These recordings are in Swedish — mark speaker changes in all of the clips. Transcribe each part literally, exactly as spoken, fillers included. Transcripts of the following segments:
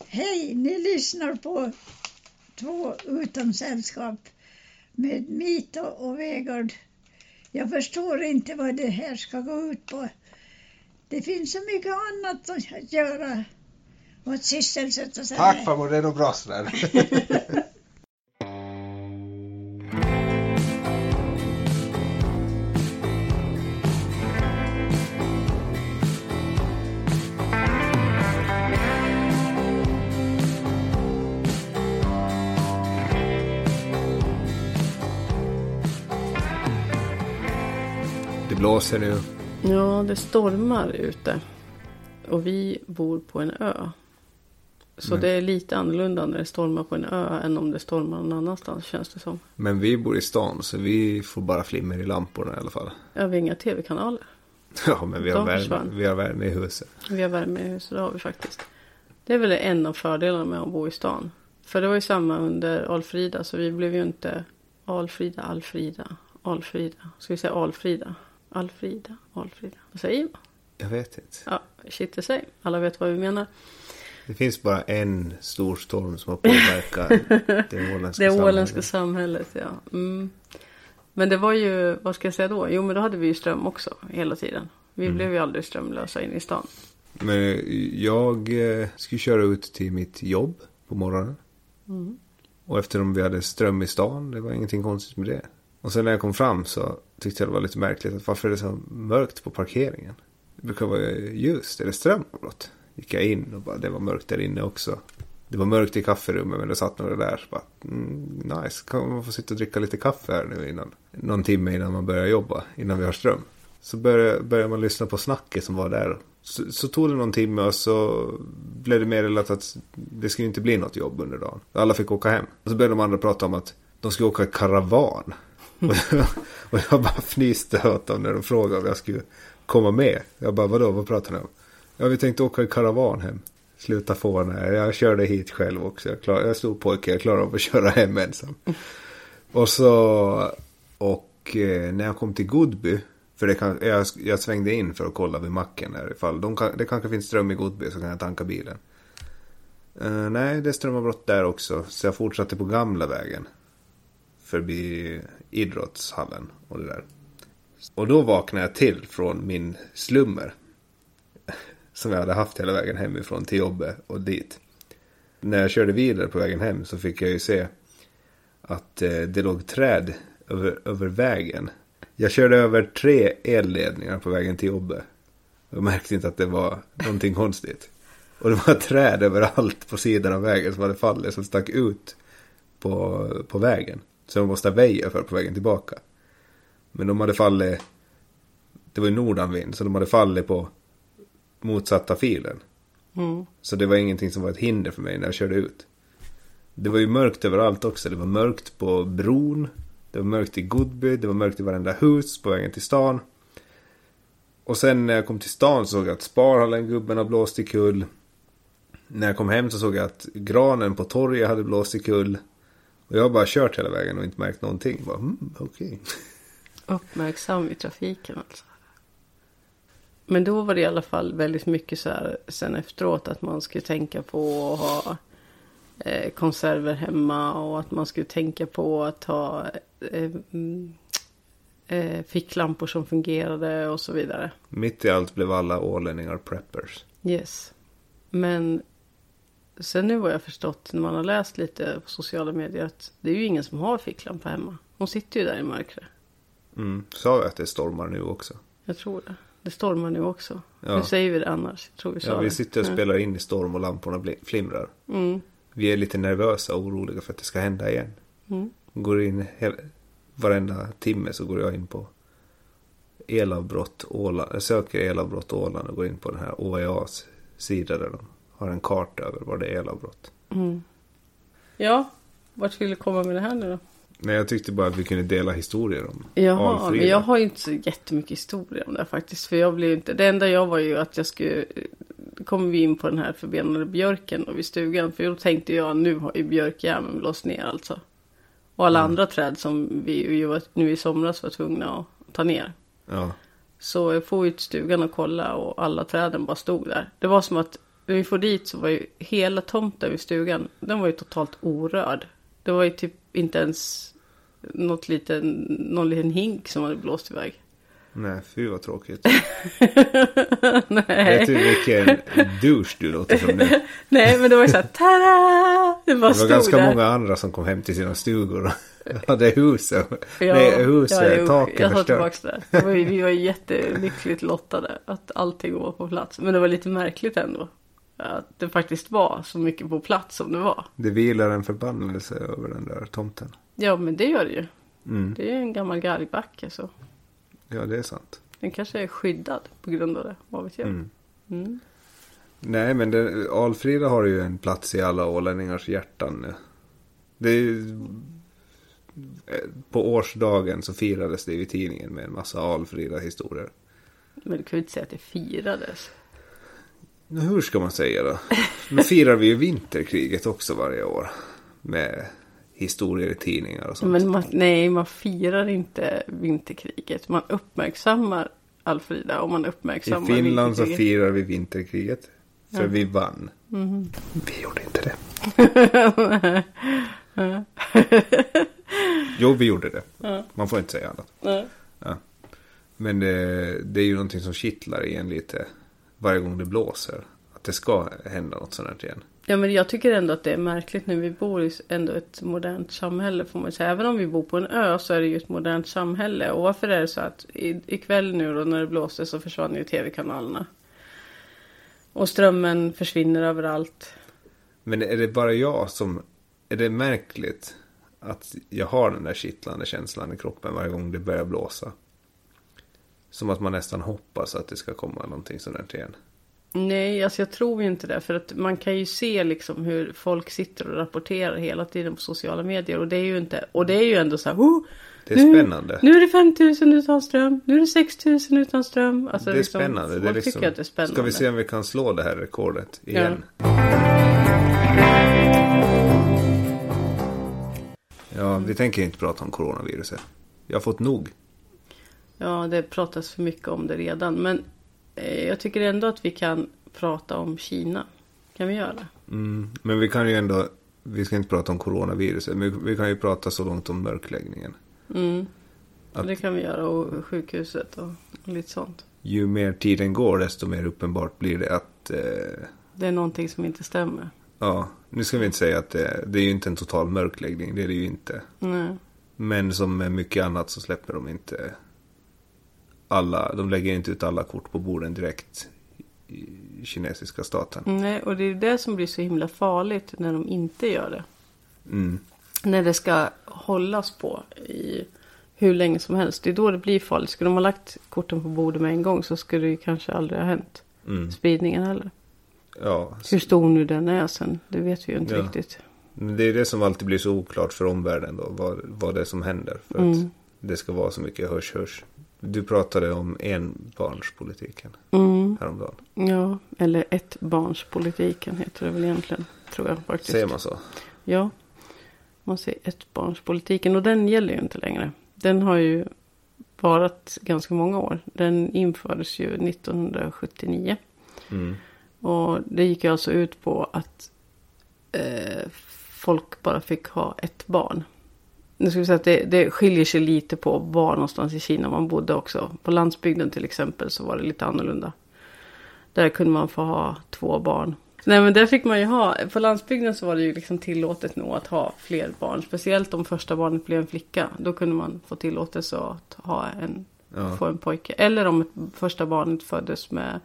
Speaker 1: Hej, ni lyssnar på Två utom sällskap med Mito och Vegard. Jag förstår inte vad det här ska gå ut på. Det finns så mycket annat att göra och att sysselsätta sig.
Speaker 2: Tack farmor, det är nog bra sådär. Det blåser nu.
Speaker 3: Ja, det stormar ute. Och vi bor på en ö. Så
Speaker 2: Men...
Speaker 3: det är lite annorlunda när det stormar på en ö än om det stormar någon annanstans, känns det som.
Speaker 2: Men vi bor i stan så vi får bara flimmer i lamporna i alla fall.
Speaker 3: Ja, vi har inga tv-kanaler.
Speaker 2: Ja, men vi har, värme,
Speaker 3: försvann.
Speaker 2: vi har värme i huset.
Speaker 3: Vi har värme i huset, det har vi faktiskt. Det är väl en av fördelarna med att bo i stan. För det var ju samma under Alfrida, så vi blev ju inte Alfrida, Alfrida, Alfrida. Ska vi säga Alfrida? Alfrida, Alfrida. Vad säger man?
Speaker 2: Jag vet inte.
Speaker 3: Ja, shit det säger. Alla vet vad vi menar.
Speaker 2: Det finns bara en stor storm som har påverkat det åländska,
Speaker 3: det
Speaker 2: samhället.
Speaker 3: åländska samhället. Ja. Mm. Men det var ju, vad ska jag säga då? Jo, men då hade vi ju ström också hela tiden. Vi mm. blev ju aldrig strömlösa in i stan.
Speaker 2: Men jag eh, skulle köra ut till mitt jobb på morgonen.
Speaker 3: Mm.
Speaker 2: Och eftersom vi hade ström i stan, det var ingenting konstigt med det. Och sen när jag kom fram så tyckte jag det var lite märkligt att varför är det så mörkt på parkeringen? Det brukar vara ljust, är det strömavbrott? Gick jag in och bara, det var mörkt där inne också. Det var mörkt i kafferummet men det satt några där. Så bara, mm, nice, kan man få sitta och dricka lite kaffe här nu innan. Någon timme innan man börjar jobba, innan vi har ström. Så började, började man lyssna på snacket som var där. Så, så tog det någon timme och så blev det meddelat att det skulle inte bli något jobb under dagen. Alla fick åka hem. Och så började de andra prata om att de skulle åka i karavan. Och jag, och jag bara fnyste åt dem när de frågade om jag skulle komma med. Jag bara, vadå, vad pratar ni om? Ja, vi tänkte åka i karavan hem. Sluta få när jag körde hit själv också. Jag, klar, jag är stor pojke, jag klarar av att köra hem ensam. Och så, och eh, när jag kom till Godby, för det kan, jag, jag svängde in för att kolla vid macken här ifall. De kan, det kanske finns ström i Godby så kan jag tanka bilen. Uh, nej, det är strömavbrott där också. Så jag fortsatte på gamla vägen. Förbi idrottshallen och det där. Och då vaknade jag till från min slummer. Som jag hade haft hela vägen hemifrån till jobbet och dit. När jag körde vidare på vägen hem så fick jag ju se att eh, det låg träd över, över vägen. Jag körde över tre elledningar på vägen till jobbet. Jag märkte inte att det var någonting konstigt. Och det var träd överallt på sidan av vägen som hade fallit, som stack ut på, på vägen. Så de måste väja för på vägen tillbaka. Men de hade fallit, det var ju nordanvind, så de hade fallit på motsatta filen.
Speaker 3: Mm.
Speaker 2: Så det var ingenting som var ett hinder för mig när jag körde ut. Det var ju mörkt överallt också. Det var mörkt på bron. Det var mörkt i Godby. Det var mörkt i varenda hus på vägen till stan. Och sen när jag kom till stan så såg jag att Sparhallen gubben har blåst i kull. När jag kom hem så såg jag att granen på torget hade blåst i kull. Och jag har bara kört hela vägen och inte märkt någonting. Bara, mm, okej. Okay.
Speaker 3: Uppmärksam i trafiken alltså. Men då var det i alla fall väldigt mycket så här sen efteråt att man skulle tänka på att ha eh, konserver hemma och att man skulle tänka på att ha eh, eh, ficklampor som fungerade och så vidare.
Speaker 2: Mitt i allt blev alla ålänningar preppers.
Speaker 3: Yes. Men sen nu har jag förstått när man har läst lite på sociala medier att det är ju ingen som har ficklampa hemma. Hon sitter ju där i mörkret.
Speaker 2: Mm. Sa jag att det stormar nu också?
Speaker 3: Jag tror det. Det stormar nu också.
Speaker 2: Ja.
Speaker 3: Hur säger vi det annars? Jag tror vi
Speaker 2: ja, vi
Speaker 3: det.
Speaker 2: sitter och ja. spelar in i storm och lamporna bli- flimrar.
Speaker 3: Mm.
Speaker 2: Vi är lite nervösa och oroliga för att det ska hända igen.
Speaker 3: Mm.
Speaker 2: Går in hela, varenda timme så går jag in på elavbrott Åland. Jag söker elavbrott Åland och går in på den här O E A:s sida där de har en karta över vad det är elavbrott.
Speaker 3: Mm. Ja, vart vill du komma med det här nu då?
Speaker 2: Nej, jag tyckte bara att vi kunde dela historier om
Speaker 3: Jaha,
Speaker 2: Alfrida.
Speaker 3: men jag har ju inte så jättemycket historia om det faktiskt. För jag blev inte, det enda jag var ju att jag skulle, kom vi in på den här förbenade björken och vid stugan. För då tänkte jag, nu har ju björkjämmen blåst ner alltså. Och alla mm. andra träd som vi ju var, nu i somras var tvungna att ta ner.
Speaker 2: Ja.
Speaker 3: Så jag får ut stugan och kolla och alla träden bara stod där. Det var som att när vi får dit så var ju hela tomten vid stugan, den var ju totalt orörd. Det var ju typ inte ens något liten, någon liten hink som hade blåst iväg.
Speaker 2: Nej, fy vad tråkigt.
Speaker 3: Nej.
Speaker 2: Vet du vilken douche du låter som nu?
Speaker 3: Nej, men det var ju så här, tada! Det var,
Speaker 2: det var ganska
Speaker 3: där.
Speaker 2: många andra som kom hem till sina stugor. Ja, det är huset.
Speaker 3: Ja,
Speaker 2: Nej, huset,
Speaker 3: ja,
Speaker 2: taket
Speaker 3: jag tar
Speaker 2: förstört.
Speaker 3: tillbaka det. det var ju, vi var jättelyckligt lottade att allting var på plats. Men det var lite märkligt ändå. Att det faktiskt var så mycket på plats som det var.
Speaker 2: Det vilar en förbannelse över den där tomten.
Speaker 3: Ja, men det gör det ju.
Speaker 2: Mm.
Speaker 3: Det är en gammal galgbacke så.
Speaker 2: Ja, det är sant.
Speaker 3: Den kanske är skyddad på grund av det. Vad vet jag.
Speaker 2: Mm.
Speaker 3: Mm.
Speaker 2: Nej, men det, Alfrida har ju en plats i alla ålänningars hjärtan nu. Det är ju, på årsdagen så firades det i tidningen med en massa Alfrida-historier.
Speaker 3: Men du kan ju inte säga att det firades.
Speaker 2: Men hur ska man säga då? Nu firar vi ju vinterkriget också varje år. Med historier i tidningar och sånt.
Speaker 3: Men man, nej, man firar inte vinterkriget. Man uppmärksammar Alfrida och man uppmärksammar
Speaker 2: I Finland så
Speaker 3: vinterkriget.
Speaker 2: firar vi vinterkriget. För
Speaker 3: Ja.
Speaker 2: vi vann.
Speaker 3: Mm.
Speaker 2: Vi gjorde inte det. Jo, vi gjorde det.
Speaker 3: Ja.
Speaker 2: Man får inte säga annat.
Speaker 3: Ja.
Speaker 2: Ja. Men det, det är ju någonting som kittlar igen lite varje gång det blåser. Att det ska hända något sånt här igen.
Speaker 3: Ja, men jag tycker ändå att det är märkligt nu. Vi bor i ändå ett modernt samhälle får man säga. Även om vi bor på en ö så är det ju ett modernt samhälle. Och varför är det så att i, ikväll nu då när det blåste så försvann ju tv-kanalerna. Och strömmen försvinner överallt.
Speaker 2: Men är det bara jag som... Är det märkligt att jag har den där kittlande känslan i kroppen varje gång det börjar blåsa? Som att man nästan hoppas att det ska komma någonting sånt här igen.
Speaker 3: Nej, alltså jag tror ju inte det. För att man kan ju se liksom hur folk sitter och rapporterar hela tiden på sociala medier. Och det är ju inte... Och det är ju ändå så här... Oh,
Speaker 2: Det är
Speaker 3: nu,
Speaker 2: spännande.
Speaker 3: Nu är det fem tusen utan ström. Nu är det sex tusen utan ström. Alltså
Speaker 2: Det är
Speaker 3: liksom,
Speaker 2: spännande. Det är
Speaker 3: folk
Speaker 2: liksom,
Speaker 3: tycker att det är spännande.
Speaker 2: ska vi se om vi kan slå det här rekordet igen? Ja, vi tänker inte prata om coronaviruset. Jag har fått nog.
Speaker 3: Ja, det pratas för mycket om det redan. Men eh, jag tycker ändå att vi kan prata om Kina. Kan vi göra det?
Speaker 2: Mm, men vi kan ju ändå... Vi ska inte prata om coronaviruset. Men vi kan ju prata så långt om mörkläggningen.
Speaker 3: Mm.
Speaker 2: Att-
Speaker 3: Det kan vi göra. Och sjukhuset och, och lite sånt.
Speaker 2: Ju mer tiden går desto mer uppenbart blir det att... Eh,
Speaker 3: Det är någonting som inte stämmer.
Speaker 2: ja, nu ska vi inte säga att det, det är ju inte en total mörkläggning. Det är det ju inte.
Speaker 3: Nej.
Speaker 2: Men som med mycket annat så släpper de inte alla, de lägger inte ut alla kort på borden direkt i kinesiska staten.
Speaker 3: Nej, och det är det som blir så himla farligt när de inte gör det.
Speaker 2: Mm.
Speaker 3: När det ska hållas på i hur länge som helst. Det är då det blir farligt. Skulle de ha lagt korten på bordet med en gång så skulle det ju kanske aldrig ha hänt.
Speaker 2: Mm.
Speaker 3: Spridningen heller.
Speaker 2: Ja,
Speaker 3: Hur stor nu den är sen, det vet vi ju inte
Speaker 2: Ja.
Speaker 3: riktigt.
Speaker 2: men det är det som alltid blir så oklart för omvärlden då, vad, vad det är som händer. För att
Speaker 3: Mm.
Speaker 2: det ska vara så mycket hörs hörs. Du pratade om enbarnspolitiken
Speaker 3: Mm.
Speaker 2: häromdagen.
Speaker 3: Ja, eller ett barnspolitiken heter det väl egentligen, tror jag faktiskt.
Speaker 2: Säger man så?
Speaker 3: Ja, man säger ett barnspolitiken och den gäller ju inte längre. Den har ju varit ganska många år. Den infördes ju nittonhundrasjuttionio.
Speaker 2: Mm.
Speaker 3: Och det gick ju alltså ut på att eh, folk bara fick ha ett barn. Nu ska vi säga att det, det skiljer sig lite på var någonstans i Kina man bodde också. På landsbygden till exempel så var det lite annorlunda. Där kunde man få ha två barn. Nej, men där fick man ju ha, på landsbygden så var det ju liksom tillåtet nog att ha fler barn. Speciellt om första barnet blev en flicka. Då kunde man få tillåtelse att ha en,
Speaker 2: Ja.
Speaker 3: få en pojke. Eller om ett, första barnet föddes med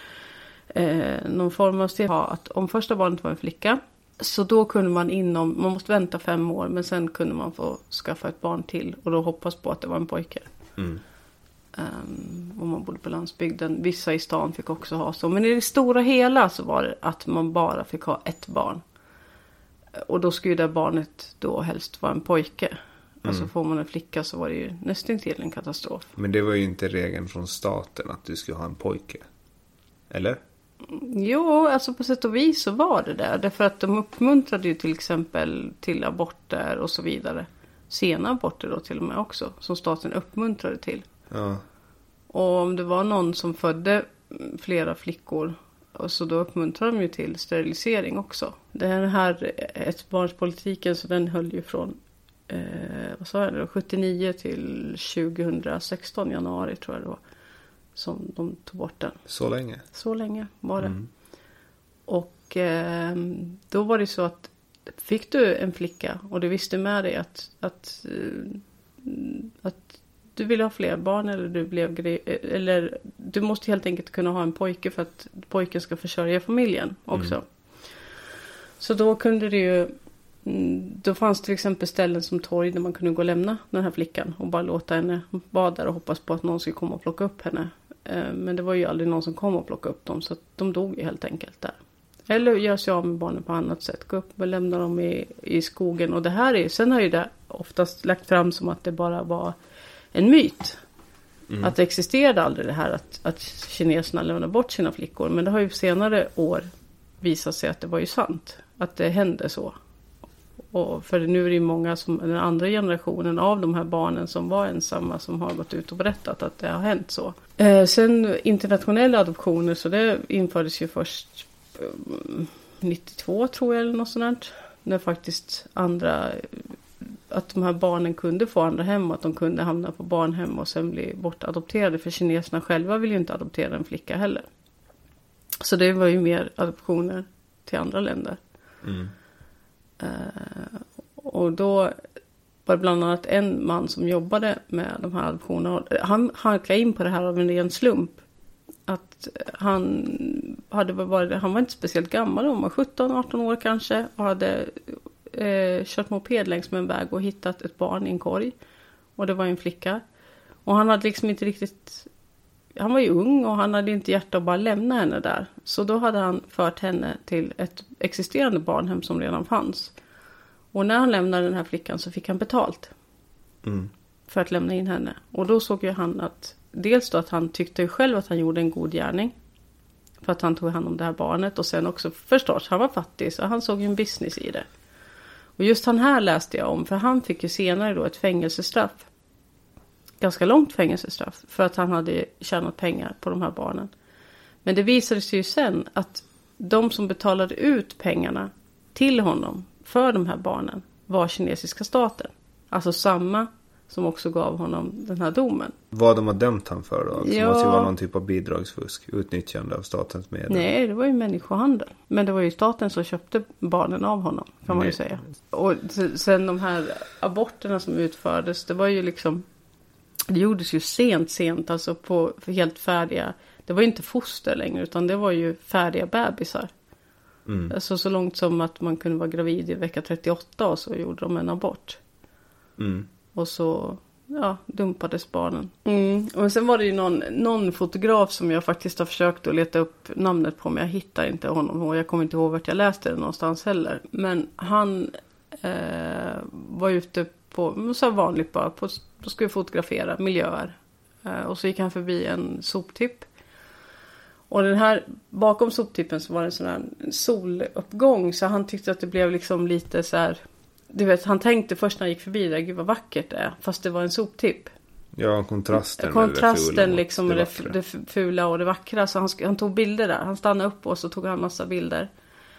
Speaker 3: eh, någon form av steg. Att om första barnet var en flicka. Så då kunde man inom, man måste vänta fem år. Men sen kunde man få skaffa ett barn till. Och då hoppas på att det var en pojke.
Speaker 2: Mm.
Speaker 3: Um, om man bodde på landsbygden. Vissa i stan fick också ha så. Men i det stora hela så var det att man bara fick ha ett barn. Och då skulle det barnet då helst vara en pojke. Mm. Alltså får man en flicka så var det ju nästan till en katastrof.
Speaker 2: Men det var ju inte regeln från staten att du skulle ha en pojke. Eller?
Speaker 3: Jo, alltså på sätt och vis så var det där. Därför att de uppmuntrade ju till exempel till aborter och så vidare. Sena aborter då till och med också. Som staten uppmuntrade till.
Speaker 2: Ja.
Speaker 3: Och om det var någon som födde flera flickor Och så då uppmuntrar de ju till sterilisering också. Den här ettbarnspolitiken, så den höll ju från eh, vad sa jag, sjuttionio till tjugohundrasexton, januari tror jag det var, som de tog bort den.
Speaker 2: Så länge?
Speaker 3: Så länge var det.
Speaker 2: Mm.
Speaker 3: Och eh, då var det så att fick du en flicka och du visste med dig att, att, att du ville ha fler barn, eller du blev gre- eller du måste helt enkelt kunna ha en pojke för att pojken ska försörja familjen också. Mm. Så då kunde det ju, då fanns till exempel ställen som torg där man kunde gå och lämna den här flickan och bara låta henne vara där och hoppas på att någon skulle komma och plocka upp henne. Men det var ju aldrig någon som kom och plockade upp dem, så att de dog ju helt enkelt där. Eller gör sig av med barnen på annat sätt. Gå upp och lämna dem i, i skogen. Och det här är, sen har ju det oftast lagt fram som att det bara var en myt. Mm. Att det existerade aldrig det här att, att kineserna lämnar bort sina flickor. Men det har ju senare år visat sig att det var ju sant. Att det hände så. Och för nu är det ju många som, den andra generationen av de här barnen som var ensamma, som har gått ut och berättat att det har hänt så. Eh, sen internationella adoptioner, så det infördes ju först nittiotvå tror jag, eller något sånt. När faktiskt andra, att de här barnen kunde få andra hem, att de kunde hamna på barnhem och sen bli bortadopterade, för kineserna själva vill ju inte adoptera en flicka heller. Så det var ju mer adoptioner till andra länder. Mm. Uh, och då var det bland annat en man som jobbade med de här adoptionerna. Han halkade in på det här av en ren slump. Att han hade varit, han var inte speciellt gammal, han var sjutton arton år kanske, och hade eh, kört moped längs med en väg och hittat ett barn i en korg. Och det var en flicka. Och han hade liksom inte riktigt, han var ju ung och han hade inte hjärta att bara lämna henne där. Så då hade han fört henne till ett existerande barnhem som redan fanns. Och när han lämnade den här flickan så fick han betalt. Mm. För att lämna in henne. Och då såg ju han att, dels då att han tyckte själv att han gjorde en god gärning. För att han tog hand om det här barnet. Och sen också förstås, han var fattig, så han såg ju en business i det. Och just han här läste jag om. För han fick ju senare då ett fängelsestraff. Ganska långt fängelsestraff. För att han hade tjänat pengar på de här barnen. Men det visade sig ju sen att de som betalade ut pengarna till honom för de här barnen var kinesiska staten. Alltså samma som också gav honom den här domen. Vad
Speaker 2: de har dömt han för då? Alltså,
Speaker 3: ja.
Speaker 2: Det måste ju vara någon typ av bidragsfusk, utnyttjande av statens medel.
Speaker 3: Nej, det var ju människohandel. Men det var ju staten som köpte barnen av honom, kan Nej. man ju säga. Och sen de här aborterna som utfördes, det var ju liksom, det gjordes ju sent, sent, alltså på helt färdiga, det var ju inte foster längre, utan det var ju färdiga bebisar. Mm. Alltså så långt som att man kunde vara gravid i vecka trettioåtta och så gjorde de en abort. Mm. Och så, ja, dumpades barnen. Mm. Och sen var det ju någon, någon fotograf som jag faktiskt har försökt att leta upp namnet på, men jag hittar inte honom. Och jag kommer inte ihåg vart jag läste det någonstans heller. Men han eh, var ute på, så vanligt bara, på, på skulle fotografera miljöer. Eh, och så gick han förbi en soptipp. Och den här, bakom soptippen så var det en sån här soluppgång. Så han tyckte att det blev liksom lite så här, du vet, han tänkte först när han gick förbi där, gud vad vackert det är. Fast det var en soptipp.
Speaker 2: Ja, kontrasten.
Speaker 3: Kontrasten med det liksom med det, det fula och det vackra. Så han, han tog bilder där. Han stannade upp och så tog han massa bilder.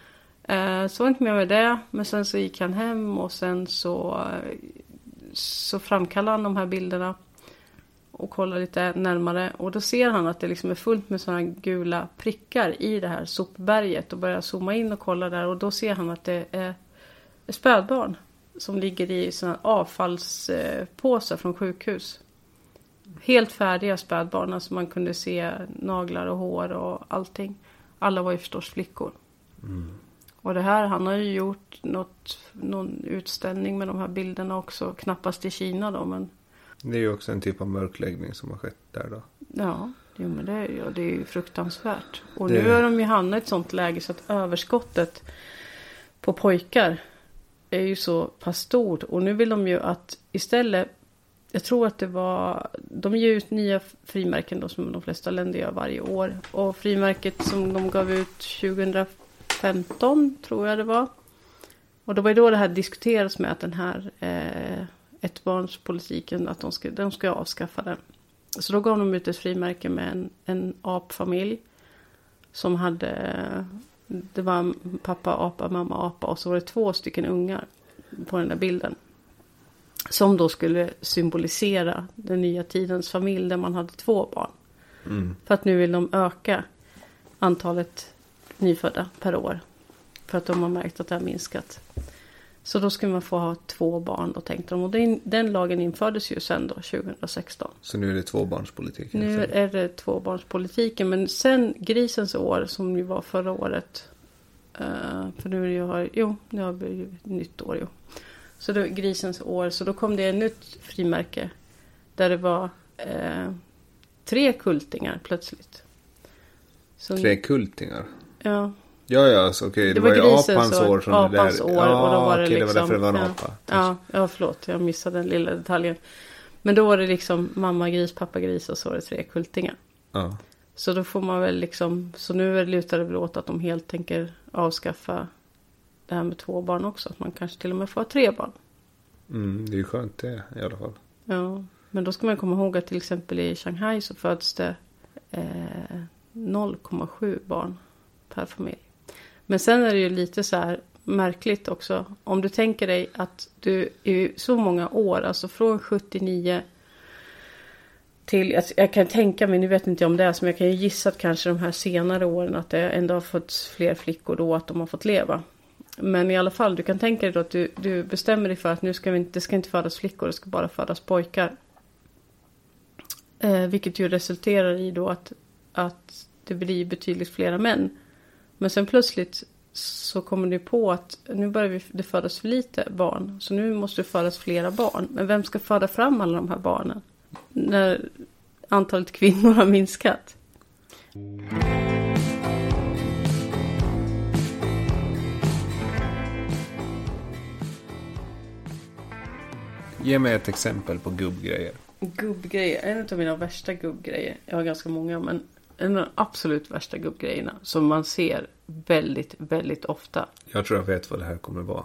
Speaker 3: Eh, så inte mer med det. Men sen så gick han hem och sen så, så framkallade han de här bilderna. Och kollade lite närmare. Och då ser han att det liksom är fullt med sådana gula prickar i det här sopberget. Och börjar zooma in och kolla där. Och då ser han att det är spädbarn som ligger i såna avfallspåsar från sjukhus. Helt färdiga spädbarn. Alltså man kunde se naglar och hår och allting. Alla var ju förstås flickor. Mm. Och det här, han har ju gjort något, någon utställning med de här bilderna också. Knappast i Kina då, men...
Speaker 2: Det är ju också en typ av mörkläggning som har skett där då.
Speaker 3: Ja, jo, men det, är, ja, det är ju fruktansvärt. Och det... nu har de ju hamnat i ett sånt läge så att överskottet på pojkar är ju så pass stort. Och nu vill de ju att istället, jag tror att det var, de ger ut nya frimärken då, som de flesta länder gör varje år. Och frimärket som de gav ut tjugohundrafemton tror jag det var. Och då var det då det här diskuteras med att den här eh, ettbarnspolitiken, att de ska, de ska avskaffa den. Så då gav de ut ett frimärke med en, en apfamilj. som hade, det var pappa apa, mamma apa och så var det två stycken ungar på den där bilden. Som då skulle symbolisera den nya tidens familj där man hade två barn.
Speaker 2: Mm.
Speaker 3: För att nu vill de öka antalet nyfödda per år. För att de har märkt att det har minskat. Så då skulle man få ha två barn, då tänkte de. Och den, den lagen infördes ju sen då, tjugohundrasexton.
Speaker 2: Så nu är det tvåbarnspolitiken?
Speaker 3: Nu är det tvåbarnspolitiken. Men sen grisens år, som ju var förra året. Uh, för nu är det ju, jo, nu har vi ju nytt år, jo. Så då grisens år, så då kom det ett nytt frimärke. Där det var uh, tre kultingar plötsligt. Så,
Speaker 2: tre kultingar?
Speaker 3: Ja.
Speaker 2: Ja, ja, alltså, okej. Okay. Det, det var, var ju apans år som
Speaker 3: apans
Speaker 2: det där.
Speaker 3: år, ja, och då var det
Speaker 2: okej,
Speaker 3: liksom,
Speaker 2: det var därför det var en
Speaker 3: ja,
Speaker 2: apa.
Speaker 3: Ja, ja, förlåt. Jag missade den lilla detaljen. Men då var det liksom mamma gris, pappa gris och så var det tre kultingar.
Speaker 2: Ja.
Speaker 3: Så då får man väl liksom, så nu lutar det väl åt att de helt tänker avskaffa det här med två barn också. Att man kanske till och med får tre barn.
Speaker 2: Mm, det är ju skönt det i alla fall.
Speaker 3: Ja, men då ska man komma ihåg att till exempel i Shanghai så föds det eh, noll komma sju barn per familj. Men sen är det ju lite så här märkligt också. Om du tänker dig att du i så många år, alltså från sjuttionio till, jag, jag kan tänka mig, nu vet inte om det är, men jag kan ju gissa att kanske de här senare åren att det ändå har fått fler flickor då, att de har fått leva. Men i alla fall, du kan tänka dig då att du, du bestämmer dig för att nu ska vi inte, det ska inte födas flickor, det ska bara födas pojkar. Eh, vilket ju resulterar i då att, att det blir betydligt flera män. Men sen plötsligt så kommer du på att nu börjar vi, det födas för lite barn. Så nu måste det födas flera barn. Men vem ska föda fram alla de här barnen? När antalet kvinnor har minskat.
Speaker 2: Ge mig ett exempel på gubbgrejer.
Speaker 3: Gubbgrejer, en av mina värsta gubbgrejer. Jag har ganska många, men en av de absolut värsta gubbgrejerna som man ser väldigt, väldigt ofta.
Speaker 2: Jag tror jag vet vad det här kommer vara.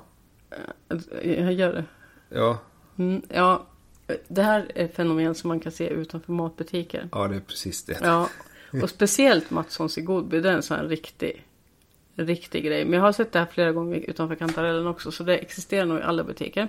Speaker 3: Jag gör det.
Speaker 2: Ja.
Speaker 3: Mm, ja, det här är ett fenomen som man kan se utanför matbutiker.
Speaker 2: Ja, det är precis det.
Speaker 3: Ja, och speciellt Matssons i Godby, det är en sån här riktig, riktig grej. Men jag har sett det här flera gånger utanför Kantarellen också, så det existerar nog i alla butiker.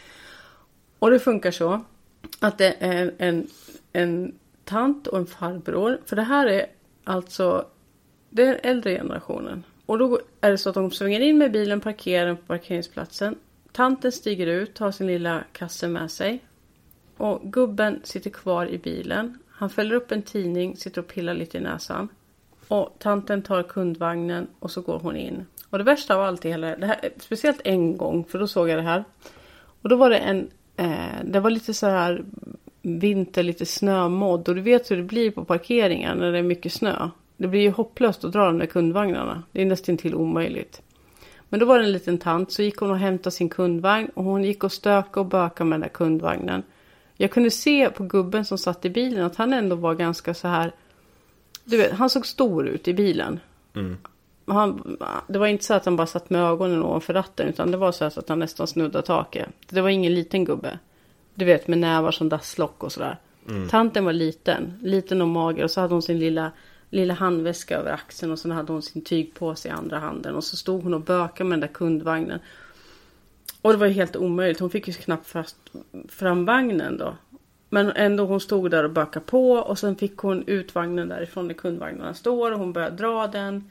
Speaker 3: Och det funkar så att det är en, en, en tant och en farbror. För det här är alltså, det är äldre generationen. Och då är det så att de svänger in med bilen, parkerar den på parkeringsplatsen. Tanten stiger ut, tar sin lilla kasse med sig. Och gubben sitter kvar i bilen. Han fäller upp en tidning, sitter och pillar lite i näsan. Och tanten tar kundvagnen och så går hon in. Och det värsta av allt är hela det här, speciellt en gång, för då såg jag det här. Och då var det en, eh, det var lite så här vinter, lite snömodd. Och du vet hur det blir på parkeringen när det är mycket snö. Det blir ju hopplöst att dra de där kundvagnarna. Det är nästan till omöjligt. Men då var det en liten tant, så gick hon och hämtade sin kundvagn. Och hon gick och stökade och bökade med den där kundvagnen. Jag kunde se på gubben som satt i bilen att han ändå var ganska så här. Du vet, han såg stor ut i bilen.
Speaker 2: Mm.
Speaker 3: Han, det var inte så att han bara satt med ögonen ovanför ratten, utan det var så att han nästan snuddade taket. Det var ingen liten gubbe. Du vet, med nävar som dasslock och sådär. Mm. Tanten var liten, liten och mager, och så hade hon sin lilla, lilla handväska över axeln, och så hade hon sin tygpåse i andra handen, och så stod hon och bökade med den där kundvagnen. Och det var ju helt omöjligt. Hon fick ju knappt fast fram vagnen då. Men ändå, hon stod där och bökade på. Och sen fick hon ut vagnen därifrån där kundvagnarna står. Och hon började dra den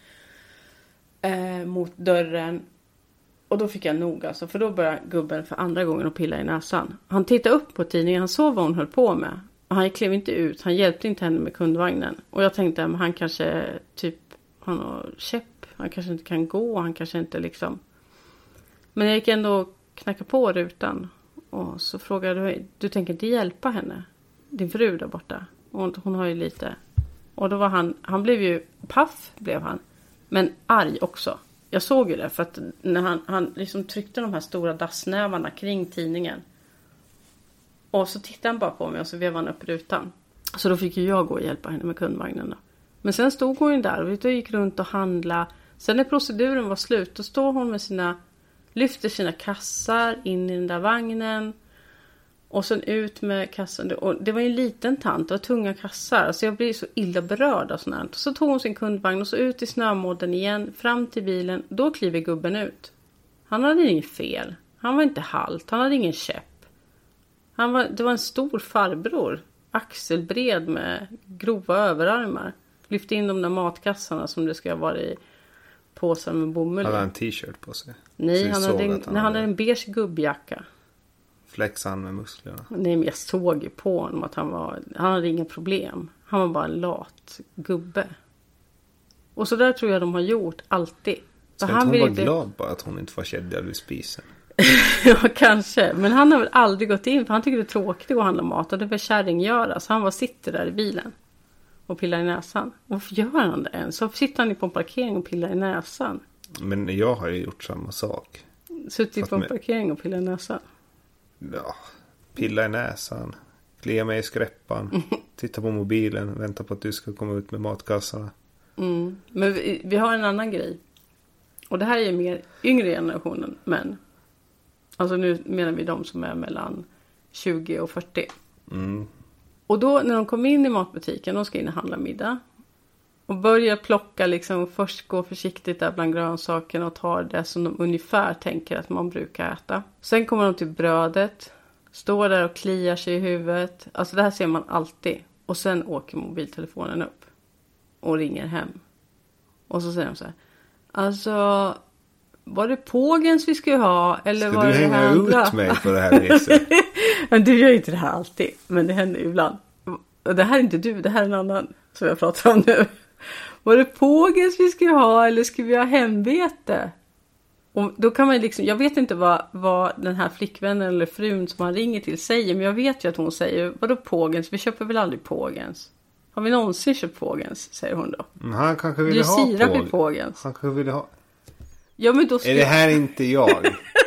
Speaker 3: eh, mot dörren. Och då fick jag nog alltså. För då började gubben för andra gången att pilla i näsan. Han tittade upp på tidningen. Han såg vad hon höll på med. Och han klev inte ut. Han hjälpte inte henne med kundvagnen. Och jag tänkte, men han kanske typ, han har käpp. Han kanske inte kan gå. Han kanske inte liksom. Men jag gick ändå knacka på rutan. Och så frågade jag, du tänker inte hjälpa henne? Din fru där borta. Och hon har ju lite. Och då var han, han blev ju paff blev han. Men arg också. Jag såg ju det, för att när han, han liksom tryckte de här stora dassnävarna kring tidningen. Och så tittade han bara på mig och så vevade han upp rutan. Så då fick ju jag gå och hjälpa henne med kundvagnen då. Men sen stod hon ju där och gick runt och handla. Sen när proceduren var slut, då står hon med sina, lyfter sina kassar in i den där vagnen. Och sen ut med kassan. Och det var ju en liten tant och tunga kassar. Så jag blev så illa berörd av sånt här. Så tog hon sin kundvagn och så ut i snömodden igen. Fram till bilen. Då kliver gubben ut. Han hade inget fel. Han var inte halt. Han hade ingen käpp. Han var, det var en stor farbror. Axelbred med grova överarmar. Lyfte in de där matkassarna som det ska vara i påsar med bomull.
Speaker 2: Han hade en t-shirt på sig.
Speaker 3: Nej, han hade, en, han, nej han hade en beige gubbjacka.
Speaker 2: Flexade han med musklerna?
Speaker 3: Nej, men jag såg ju på honom att han var... Han hade inga problem. Han var bara en lat gubbe. Och så där tror jag de har gjort alltid.
Speaker 2: Så
Speaker 3: han
Speaker 2: hon var
Speaker 3: inte...
Speaker 2: glad bara att hon inte var kedjad vid spisen?
Speaker 3: Ja, kanske. Men han har väl aldrig gått in, för han tycker det är tråkigt att handla mat. Och det är väl kärringgöra. Så han var sitter där i bilen och pillar i näsan. Varför gör han det ens? Så sitter han på en parkering och pillar i näsan.
Speaker 2: Men jag har ju gjort samma sak.
Speaker 3: Suttit på en
Speaker 2: med...
Speaker 3: parkering och pillar i näsan.
Speaker 2: Ja, pilla i näsan. Klia mig i skräppan. Titta på mobilen. Vänta på att du ska komma ut med matkassarna.
Speaker 3: Mm. Men vi, vi har en annan grej. Och det här är ju mer yngre generationen män. Alltså nu menar vi de som är mellan tjugo och fyrtio.
Speaker 2: Mm.
Speaker 3: Och då när de kommer in i matbutiken, de ska in och handla middag. Och börjar plocka liksom, först gå försiktigt där bland grönsakerna och ta det som de ungefär tänker att man brukar äta. Sen kommer de till brödet, står där och kliar sig i huvudet. Alltså det här ser man alltid. Och sen åker mobiltelefonen upp och ringer hem. Och så säger de så här: alltså, var det pågens vi skulle ha? Eller
Speaker 2: ska
Speaker 3: var
Speaker 2: du
Speaker 3: det
Speaker 2: hänga
Speaker 3: här andra?
Speaker 2: ut mig på det här viset?
Speaker 3: Men du gör ju inte det här alltid. Men det händer ibland. Och det här är inte du, det här är en annan som jag pratar om nu. Var det pågens vi skulle ha eller skulle vi ha hembete? Och då kan man liksom, jag vet inte vad, vad den här flickvännen eller frun som han ringer till säger. Men jag vet ju att hon säger, vadå pågens? Vi köper väl aldrig pågens? Har vi någonsin köpt pågens? Säger hon då.
Speaker 2: Men han kanske ville ha
Speaker 3: pågens.
Speaker 2: påg.
Speaker 3: pågens.
Speaker 2: Han kanske ville ha...
Speaker 3: Ja, men då ska...
Speaker 2: Är det här inte jag?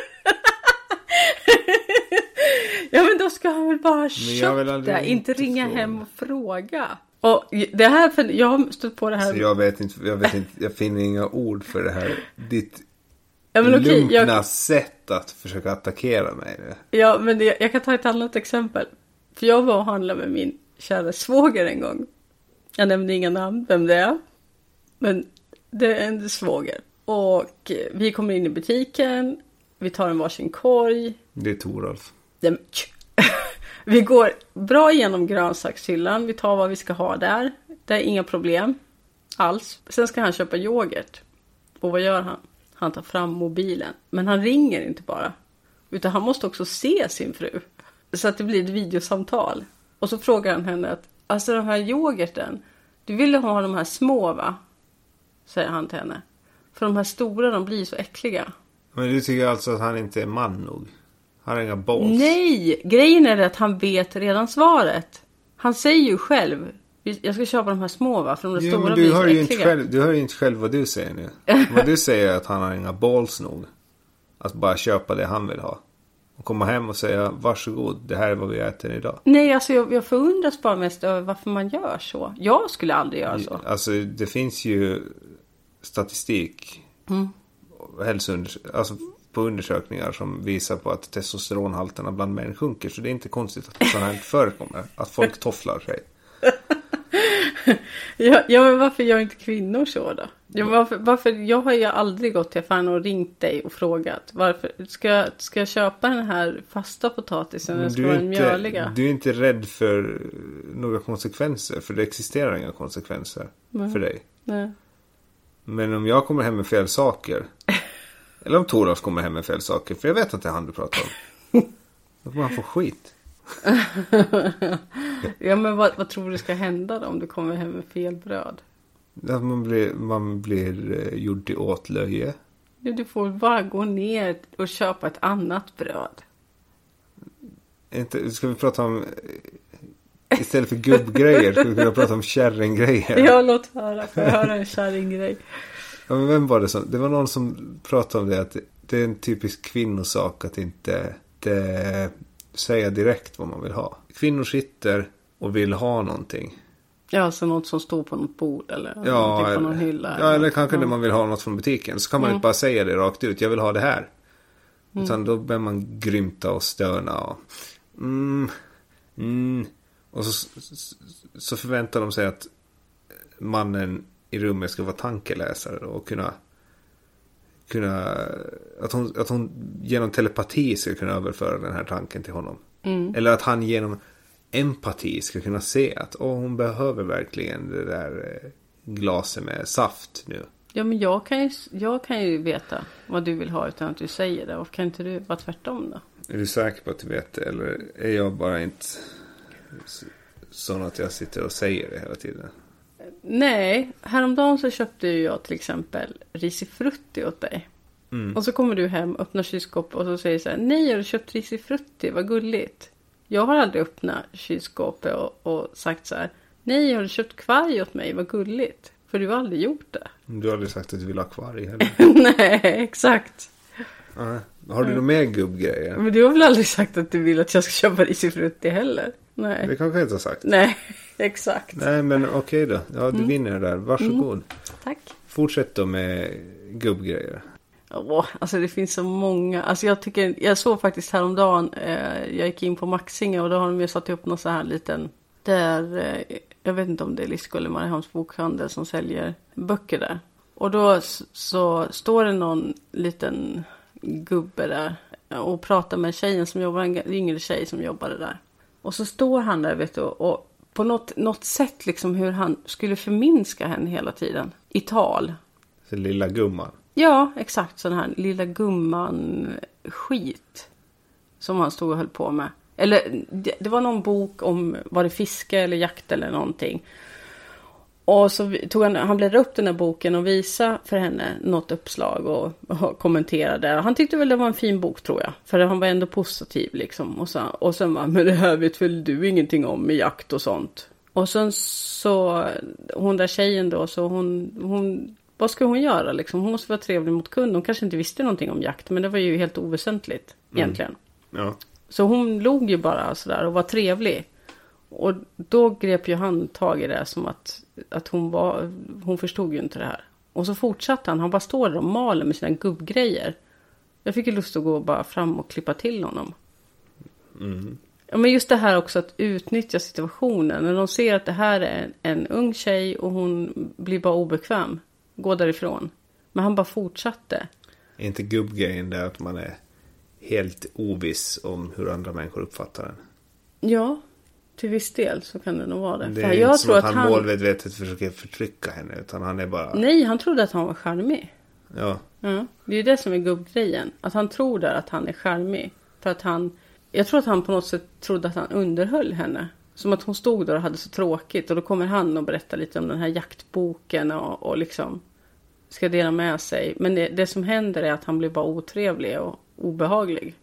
Speaker 3: Ja, men då ska han väl bara köpa det. Inte ringa
Speaker 2: fråga.
Speaker 3: hem och fråga. Och det här, för jag har stött på det här.
Speaker 2: Så jag vet inte, jag vet inte, jag finner inga ord för det här. Ditt
Speaker 3: ja, men okej,
Speaker 2: lumpna
Speaker 3: jag...
Speaker 2: sätt att försöka attackera mig.
Speaker 3: Ja, men det, jag kan ta ett annat exempel. För jag var och handlade med min kära svåger en gång. Jag nämnde inga namn, vem det är. Men det är en svåger. Och vi kommer in i butiken. Vi tar en varsin korg.
Speaker 2: Det är Toralf.
Speaker 3: Det, vi går bra igenom grönsakshyllan. Vi tar vad vi ska ha där. Det är inga problem alls. Sen ska han köpa yoghurt. Och vad gör han? Han tar fram mobilen. Men han ringer inte bara. Utan han måste också se sin fru. Så att det blir ett videosamtal. Och så frågar han henne att, alltså den här yoghurten, du ville ha de här små, va? Säger han till henne. För de här stora, de blir så äckliga.
Speaker 2: Men du tycker alltså att han inte är man nog? Han har inga balls.
Speaker 3: Nej, grejen är att han vet redan svaret. Han säger ju själv, jag ska köpa de här små, va? För de
Speaker 2: jo,
Speaker 3: stora
Speaker 2: men
Speaker 3: blir
Speaker 2: du
Speaker 3: så
Speaker 2: hör ju
Speaker 3: äckliga.
Speaker 2: inte själv, du hör ju inte själv vad du säger nu. Vad du säger är att han har inga balls nog. Att bara köpa det han vill ha. Och komma hem och säga, varsågod, det här är vad vi äter idag.
Speaker 3: Nej, alltså jag, jag förundras bara mest över varför man gör så. Jag skulle aldrig göra så.
Speaker 2: Alltså det finns ju statistik.
Speaker 3: Mm.
Speaker 2: Hälsounders- alltså på undersökningar som visar på att testosteronhalterna bland män sjunker. Så det är inte konstigt att sådana här förekommer. Att folk tofflar sig.
Speaker 3: ja, ja, men varför gör inte kvinnor så då? Ja, varför, varför, jag har ju aldrig gått till affären och ringt dig och frågat. Varför ska, jag, ska jag köpa den här fasta potatisen eller ska
Speaker 2: du är,
Speaker 3: den
Speaker 2: inte,
Speaker 3: mjöliga?
Speaker 2: du är inte rädd för några konsekvenser. För det existerar inga konsekvenser
Speaker 3: Nej.
Speaker 2: för dig.
Speaker 3: Nej.
Speaker 2: Men om jag kommer hem med fel saker. Eller om Toralf kommer hem med fel saker. För jag vet att det är han du pratar om. Då kommer han få skit.
Speaker 3: Ja, men vad, vad tror du ska hända då om du kommer hem med fel bröd?
Speaker 2: Att man blir, man blir eh, gjord till åtlöje.
Speaker 3: Ja, du får bara gå ner och köpa ett annat bröd.
Speaker 2: Inte, ska vi prata om... Istället för gubbgrejer ska vi kunna prata om kärringgrejer.
Speaker 3: Ja, låt höra. Får jag höra en kärringgrej?
Speaker 2: Ja, men vem var det som... Det var någon som pratade om det. Att det är en typisk kvinnosak att inte, inte säga direkt vad man vill ha. Kvinnor sitter och vill ha någonting.
Speaker 3: Ja, alltså något som står på något bord eller
Speaker 2: ja,
Speaker 3: något på någon
Speaker 2: eller,
Speaker 3: hylla.
Speaker 2: Ja,
Speaker 3: eller,
Speaker 2: eller kanske
Speaker 3: ja.
Speaker 2: när man vill ha något från butiken. Så kan man
Speaker 3: Mm.
Speaker 2: inte bara säga det rakt ut. Jag vill ha det här.
Speaker 3: Mm.
Speaker 2: Utan då börjar man grymta och stöna. Och, Mm, mm. Och så, så förväntar de sig att mannen i rummet ska vara tankeläsare och kunna kunna att hon, att hon genom telepati ska kunna överföra den här tanken till honom.
Speaker 3: Mm.
Speaker 2: Eller att han genom empati ska kunna se att åh, hon behöver verkligen det där glaset med saft nu.
Speaker 3: Ja, men jag kan, ju, jag kan ju veta vad du vill ha utan att du säger det. Varför kan inte du vara tvärtom då?
Speaker 2: Är du säker på att du vet det? Eller är jag bara inte sån att jag sitter och säger det hela tiden?
Speaker 3: Nej, häromdagen så köpte jag till exempel risifrutti åt dig. Mm. Och så kommer du hem, öppnar kylskåp och så säger så här: nej, har du köpt risifrutti? Vad gulligt. Jag har aldrig öppnat kylskåpet och, och sagt så här: nej, har du köpt kvarg åt mig? Vad gulligt. För du har aldrig gjort det.
Speaker 2: Du har aldrig sagt att du vill ha kvarg heller.
Speaker 3: Nej, exakt.
Speaker 2: Uh, har du mm. några mer gubbgrejer?
Speaker 3: Men du har väl aldrig sagt att du vill att jag ska köpa risifrutti heller? Nej.
Speaker 2: Det kanske jag inte har sagt.
Speaker 3: Nej, exakt.
Speaker 2: Nej, men okej okay då. Ja, du mm. vinner där. Varsågod. Mm.
Speaker 3: Tack.
Speaker 2: Fortsätt då med gubbgrejer.
Speaker 3: Åh, alltså det finns så många. Alltså jag tycker, jag såg faktiskt häromdagen, eh, jag gick in på Maxinga och då har de ju satt upp någon så här liten, där, eh, jag vet inte om det är Lisko eller Mariehamns bokhandel som säljer böcker där. Och då så, så står det någon liten gubbe där och pratar med tjejen som jobbar, en yngre tjej som jobbade där. Och så står han där, vet du, och på något, något sätt liksom hur han skulle förminska henne hela tiden. I tal.
Speaker 2: Så lilla gumman.
Speaker 3: Ja, exakt. Sån här lilla gumman skit. Som han stod och höll på med. Eller det, det var någon bok om, var det fiske eller jakt eller någonting. Och så tog han, han bläddrade upp den här boken och visade för henne något uppslag och, och kommenterade. Han tyckte väl det var en fin bok, tror jag. För han var ändå positiv liksom. Och, så, och sen var men det här vet väl du ingenting om med jakt och sånt. Och sen så, hon där tjejen då, så hon, hon vad ska hon göra liksom? Hon måste vara trevlig mot kunden. Hon kanske inte visste någonting om jakt, men det var ju helt oväsentligt egentligen.
Speaker 2: Mm. Ja.
Speaker 3: Så hon log ju bara sådär och var trevlig. Och då grep ju han tag i det som att, att hon var, hon förstod ju inte det här. Och så fortsatte han, han bara står där och maler med sina gubbgrejer. Jag fick ju lust att gå bara fram och klippa till honom.
Speaker 2: Mm.
Speaker 3: Ja, men just det här också att utnyttja situationen. När de ser att det här är en, en ung tjej och hon blir bara obekväm. Gå därifrån. Men han bara fortsatte.
Speaker 2: Är inte gubbgrejen där att man är helt oviss om hur andra människor uppfattar den?
Speaker 3: Ja, till viss del så kan det nog vara det.
Speaker 2: Det
Speaker 3: För
Speaker 2: är
Speaker 3: jag
Speaker 2: inte som
Speaker 3: tror
Speaker 2: att
Speaker 3: att
Speaker 2: han,
Speaker 3: han
Speaker 2: målmedvetet försöker förtrycka henne, utan han är bara...
Speaker 3: Nej, han trodde att han var charmig.
Speaker 2: Ja.
Speaker 3: Ja, det är ju det som är gubbgrejen. Att han tror där att han är charmig. För att han... Jag tror att han på något sätt trodde att han underhöll henne. Som att hon stod där och hade så tråkigt. Och då kommer han och berättar lite om den här jaktboken och, och liksom ska dela med sig. Men det, det som händer är att han blir bara otrevlig och obehaglig.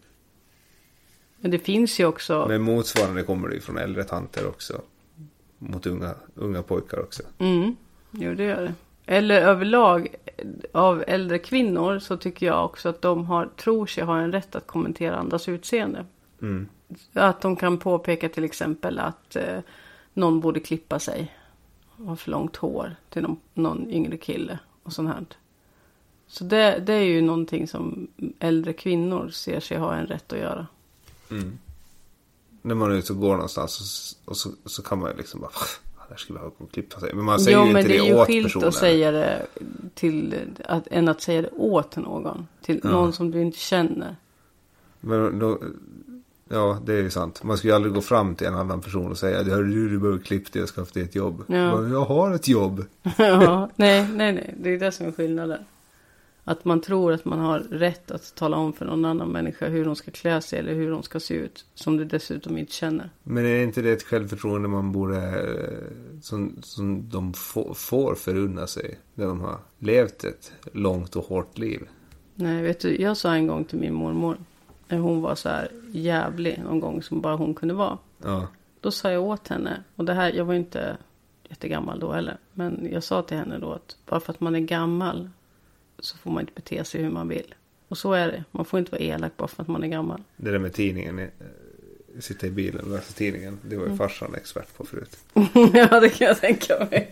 Speaker 3: Men det finns ju också...
Speaker 2: Men motsvarande kommer det ju från äldre tanter också. Mot unga, unga pojkar också.
Speaker 3: Mm, jo det gör det. Eller överlag av äldre kvinnor så tycker jag också att de har, tror sig ha en rätt att kommentera andras utseende.
Speaker 2: Mm.
Speaker 3: Att de kan påpeka till exempel att eh, någon borde klippa sig. Ha för långt hår till någon, någon yngre kille och sånt här. Så det, det är ju någonting som äldre kvinnor ser sig ha en rätt att göra.
Speaker 2: Mm. När man är ute och går någonstans och, och så, så kan man ju liksom bara... Där skulle jag ha klippa sig. Men man säger
Speaker 3: jo,
Speaker 2: ju
Speaker 3: men
Speaker 2: inte det,
Speaker 3: det är ju
Speaker 2: åt
Speaker 3: skilt
Speaker 2: personen.
Speaker 3: Att säga det till, att, än att säga det åt någon. Till ja. Någon som du inte känner.
Speaker 2: Men då, ja, det är ju sant. Man ska ju aldrig gå fram till en annan person och säga du, du behöver klippa dig och skaffa dig ett jobb.
Speaker 3: Ja.
Speaker 2: Bara, jag har ett jobb.
Speaker 3: Ja, nej, nej, nej. Det är det som är skillnaden. Att man tror att man har rätt att tala om för någon annan människa hur de ska klä sig eller hur de ska se ut. Som du dessutom inte känner.
Speaker 2: Men är inte det ett självförtroende man borde, som, som de få, får förunna sig när de har levt ett långt och hårt liv?
Speaker 3: Nej, vet du, jag sa en gång till min mormor, när hon var så här jävlig någon gång som bara hon kunde vara.
Speaker 2: Ja.
Speaker 3: Då sa jag åt henne, och det här, jag var inte jättegammal då heller, men jag sa till henne då att bara för att man är gammal så får man inte bete sig hur man vill. Och så är det. Man får inte vara elak bara för att man är gammal.
Speaker 2: Det där med tidningen, sitta i bilen och läsa tidningen, det var ju mm. farsan expert på förut.
Speaker 3: Ja, det kan jag tänka mig.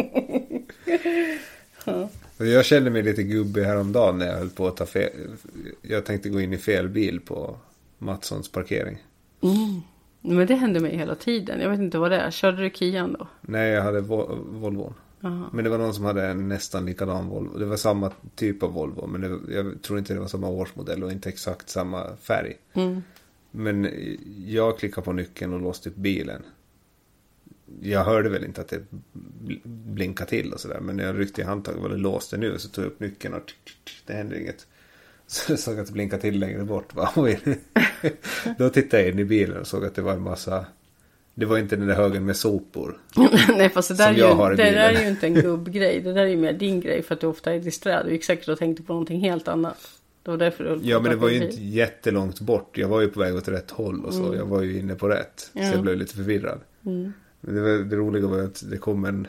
Speaker 3: Ja.
Speaker 2: Jag kände mig lite gubbig häromdagen när jag höll på att ta fel. Jag tänkte gå in i fel bil på Matssons parkering.
Speaker 3: Mm. Men det hände mig hela tiden. Jag vet inte vad det är. Körde du Kian då?
Speaker 2: Nej, jag hade Vo- Volvo.
Speaker 3: Aha.
Speaker 2: Men det var någon som hade en nästan likadan Volvo. Det var samma typ av Volvo. Men det, jag tror inte det var samma årsmodell och inte exakt samma färg.
Speaker 3: Mm.
Speaker 2: Men jag klickade på nyckeln och låste upp bilen. Jag hörde väl inte att det blinkade till och sådär. Men när jag ryckte i handtaget var det låste nu. Så tog jag upp nyckeln och det hände inget. Så såg jag att det blinkade till längre bort. Då tittade jag in i bilen och såg att det var en massa... Det var inte den där högen med sopor.
Speaker 3: Nej, fast det där,
Speaker 2: jag
Speaker 3: är, ju, det där är ju inte en gubbgrej. Det där är ju mer din grej för att du ofta är disträ. Du gick säkert och tänkte på någonting helt annat. Det var därför du
Speaker 2: ja, men det var ju inte jättelångt bort. Jag var ju på väg åt rätt håll och så. Mm. Jag var ju inne på rätt. Så ja. Jag blev lite förvirrad. Mm. Men det, var, det roliga var att det kom en...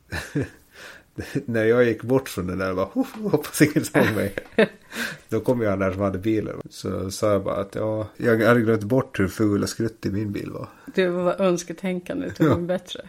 Speaker 2: När jag gick bort från den där, jag bara, hoppas ingen såg mig. Då kom jag där som hade bilen. Så sa jag bara att ja, jag hade glömt bort hur ful och skrutt i min bil var.
Speaker 3: Det var önsketänkande, det var ja. bättre.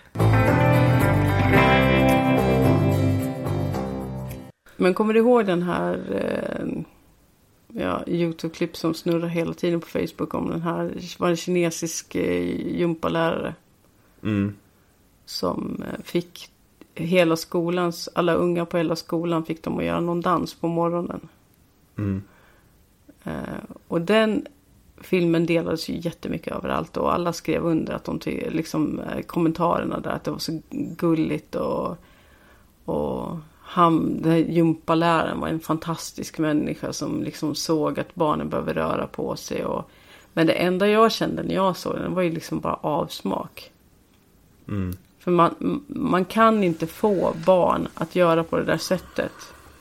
Speaker 3: Men kommer du ihåg den här eh, ja, YouTube-klipp som snurrar hela tiden på Facebook om den här, var en kinesisk eh, gympalärare
Speaker 2: mm.
Speaker 3: som eh, fick hela skolans, alla unga på hela skolan fick dem att göra någon dans på morgonen.
Speaker 2: Mm.
Speaker 3: Eh, och den filmen delades ju jättemycket överallt och alla skrev under att de ty- liksom eh, kommentarerna där att det var så gulligt och och han, den här gympaläraren var en fantastisk människa som liksom såg att barnen behöver röra på sig och, men det enda jag kände när jag såg den var ju liksom bara avsmak.
Speaker 2: Mm.
Speaker 3: För man, man kan inte få barn att göra på det där sättet.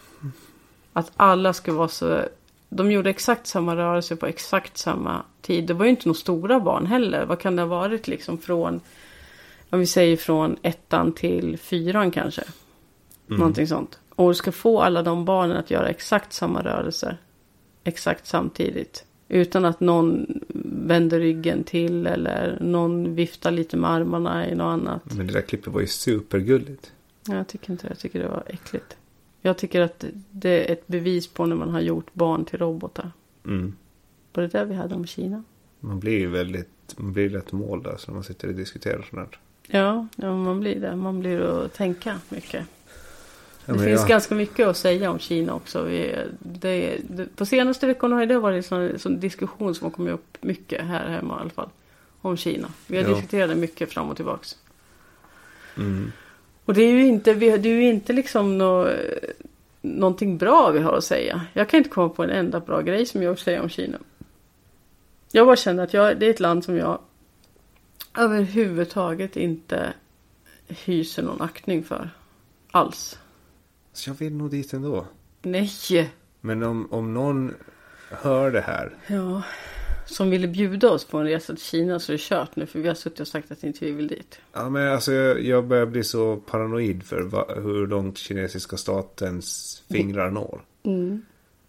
Speaker 3: Att alla ska vara så... De gjorde exakt samma rörelse på exakt samma tid. Det var ju inte några stora barn heller. Vad kan det ha varit liksom från... Om vi säger från ettan till fyran kanske. Mm. Någonting sånt. Och du ska få alla de barnen att göra exakt samma rörelser. Exakt samtidigt. Utan att någon vänder ryggen till eller någon viftar lite med armarna i något annat.
Speaker 2: Men det där klippet var ju supergulligt.
Speaker 3: Ja, jag tycker inte det. Jag tycker det var äckligt. Jag tycker att det är ett bevis på när man har gjort barn till robotar.
Speaker 2: Mm.
Speaker 3: På det där vi hade om Kina.
Speaker 2: Man blir ju väldigt, man blir lätt mål där så man sitter och diskuterar sånt här.
Speaker 3: Ja, ja, man blir det. Man blir att tänka mycket.
Speaker 2: Ja,
Speaker 3: det finns
Speaker 2: jag...
Speaker 3: ganska mycket att säga om Kina också. Vi, det, det, på senaste veckorna har det varit en sån diskussion som har kommit upp mycket här hemma i alla fall. Om Kina. Vi har ja. diskuterat det mycket fram och tillbaks.
Speaker 2: Mm.
Speaker 3: Och det är ju inte, det är ju inte liksom nå, någonting bra vi har att säga. Jag kan inte komma på en enda bra grej som jag vill säga om Kina. Jag bara känner att jag, det är ett land som jag överhuvudtaget inte hyser någon aktning för. Alls.
Speaker 2: Så jag vill nog dit ändå.
Speaker 3: Nej.
Speaker 2: Men om, om någon hör det här.
Speaker 3: Ja. Som ville bjuda oss på en resa till Kina så är det kört nu. För vi har suttit och sagt att inte vi vill dit.
Speaker 2: Ja, men alltså jag, jag börjar bli så paranoid för va, hur långt kinesiska statens fingrar når.
Speaker 3: Mm.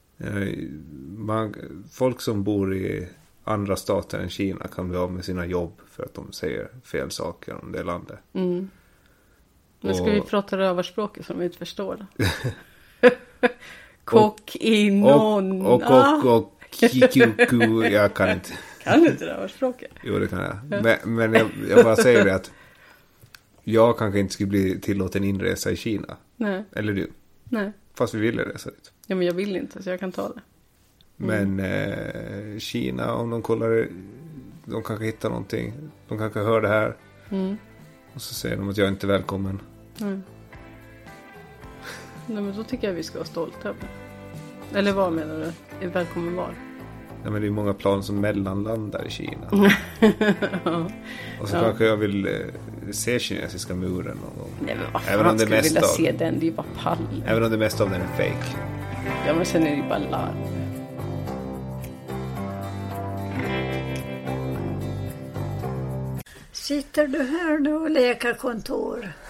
Speaker 2: Man, folk som bor i andra stater än Kina kan bli av med sina jobb för att de säger fel saker om det landet.
Speaker 3: Mm. Nu ska och, vi prata rövarspråket som vi inte förstår det. Kock inon.
Speaker 2: Och och och, och kikuku. Jag kan inte.
Speaker 3: Kan du inte rövarspråket?
Speaker 2: Jo, det kan jag. Men, men jag, jag bara säger det att jag kanske inte skulle bli tillåten inresa i Kina.
Speaker 3: Nej.
Speaker 2: Eller du.
Speaker 3: Nej.
Speaker 2: Fast vi ville resa dit.
Speaker 3: Ja, men jag vill inte så jag kan ta det.
Speaker 2: Mm. Men eh, Kina, om de kollar, de kanske hittar någonting. De kanske hör det här.
Speaker 3: Mm.
Speaker 2: Och så säger de att jag inte är välkommen.
Speaker 3: Mm. Nej, men då tycker jag vi ska vara stolta över. Eller vad menar du? Är välkommen var?
Speaker 2: Ja, men det är många plan som mellanlandar i Kina.
Speaker 3: Ja.
Speaker 2: Och så
Speaker 3: ja.
Speaker 2: kanske jag vill eh, se kinesiska muren någon gång.
Speaker 3: Nej, men vad fan
Speaker 2: även om det
Speaker 3: skulle vilja
Speaker 2: av,
Speaker 3: se den? Det är ju bara pall.
Speaker 2: Även om det mesta av den är fake.
Speaker 3: Ja, men sen är det ju bara larv.
Speaker 1: Sitter du här nu och leker kontor?